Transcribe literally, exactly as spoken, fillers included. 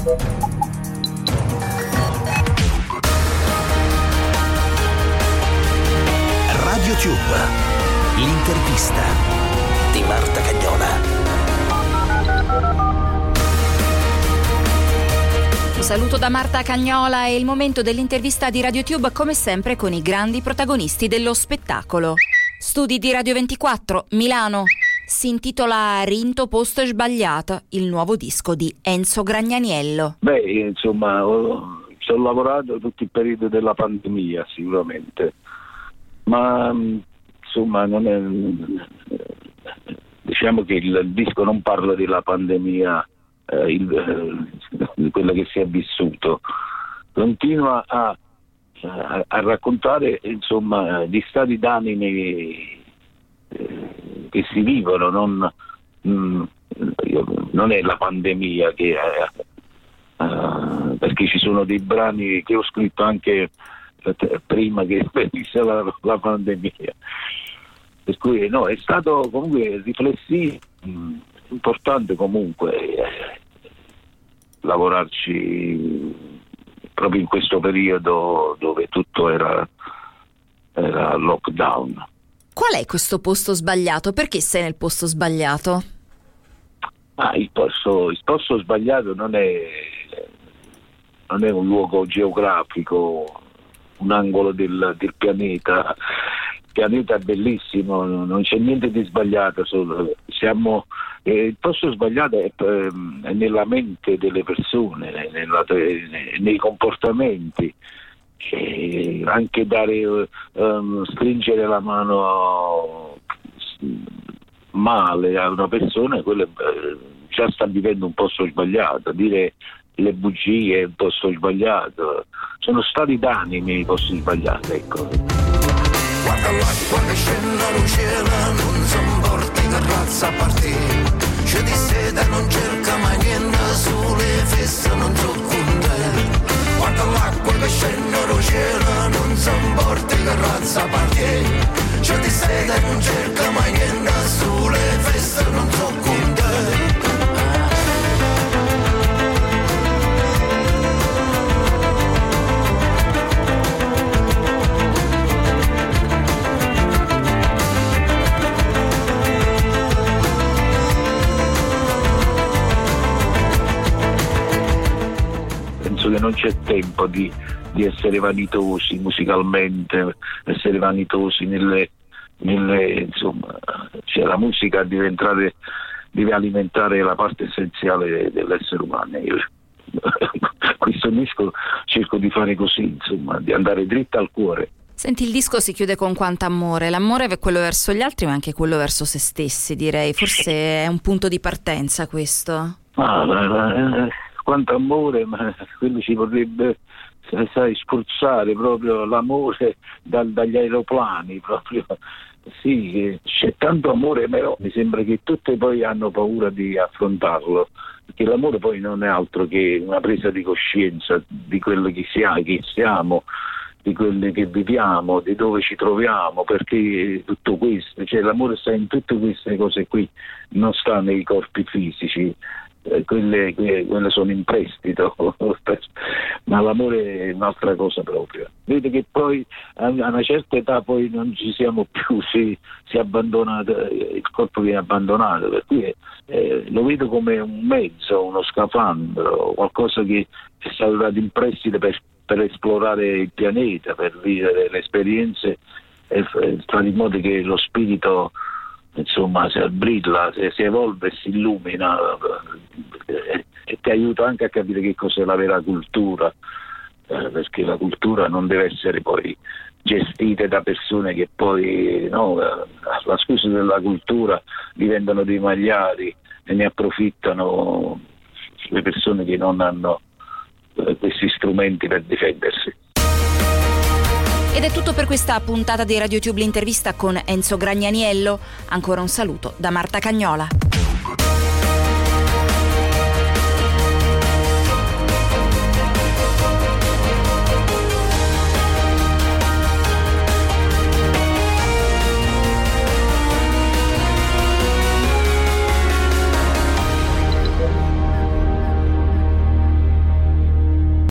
RadioTube, l'intervista di Marta Cagnola. Un saluto da Marta Cagnola, è il momento dell'intervista di RadioTube, come sempre con i grandi protagonisti dello spettacolo. Studi di Radio ventiquattro, Milano. Si intitola Rinto posto sbagliato, il nuovo disco di Enzo Gragnaniello. Beh, insomma, ho, ci ho lavorato tutto il periodo della pandemia, sicuramente, ma insomma non è, diciamo che il, il disco non parla della pandemia, eh, il, di quello che si è vissuto, continua a, a, a raccontare, insomma, di stati d'anime eh, che si vivono, non, mh, non è la pandemia che eh, uh, perché ci sono dei brani che ho scritto anche eh, prima che venisse la, la pandemia, per cui no, è stato comunque riflessivo, mh, importante comunque eh, lavorarci proprio in questo periodo dove tutto era, era lockdown. Qual è questo posto sbagliato? Perché sei nel posto sbagliato? Ah, il posto, il posto sbagliato non è, non è un luogo geografico, un angolo del, del pianeta. Il pianeta è bellissimo, non c'è niente di sbagliato, solo, siamo, eh, il posto sbagliato è, è nella mente delle persone, nella, nei comportamenti. E anche dare um, stringere la mano male a una persona, quello eh, già sta vivendo un posto sbagliato. Dire le bugie è un posto sbagliato, sono stati d'anime i posti sbagliati, ecco. Guarda l'acqua che scende allo cielo, non si porti che razza a partire, c'è di seta non cerca mai niente, sulle feste non so con te. Guarda l'acqua che scende allo cielo, non si porti che razza a partire, c'è di seta non cerca mai niente, sulle feste non so con te. Che non c'è tempo di, di essere vanitosi musicalmente, essere vanitosi nelle, nelle insomma, cioè la musica deve entrare, deve alimentare la parte essenziale dell'essere umano. Io, questo disco cerco di fare così, insomma, di andare dritto al cuore. Senti, il disco si chiude con quanto amore. L'amore è quello verso gli altri, ma anche quello verso se stessi, direi. Forse è un punto di partenza questo. Ah, ma, ma, quanto amore, ma quello ci vorrebbe, sai, spruzzare proprio l'amore dal, dagli aeroplani, proprio. Sì, c'è tanto amore, però mi sembra che tutte poi hanno paura di affrontarlo, perché l'amore poi non è altro che una presa di coscienza di quello che siamo, che siamo, di quello che viviamo, di dove ci troviamo, perché tutto questo, cioè l'amore sta in tutte queste cose qui, non sta nei corpi fisici. Eh, quelle, quelle sono in prestito, ma l'amore è un'altra cosa proprio. Vede che poi a una certa età poi non ci siamo più, si, si è abbandonato, il corpo viene abbandonato, per cui eh, lo vedo come un mezzo, uno scafandro, qualcosa che è stato dato in prestito per, per esplorare il pianeta, per vivere le esperienze e fare in modo che lo spirito, insomma, si brilla, si, si evolve, si illumina eh, e ti aiuta anche a capire che cos'è la vera cultura, eh, perché la cultura non deve essere poi gestita da persone che poi, no, alla scusa della cultura diventano dei magliari e ne approfittano le persone che non hanno eh, questi strumenti per difendersi. Ed è tutto per questa puntata di RadioTube, l'intervista con Enzo Gragnaniello. Ancora un saluto da Marta Cagnola.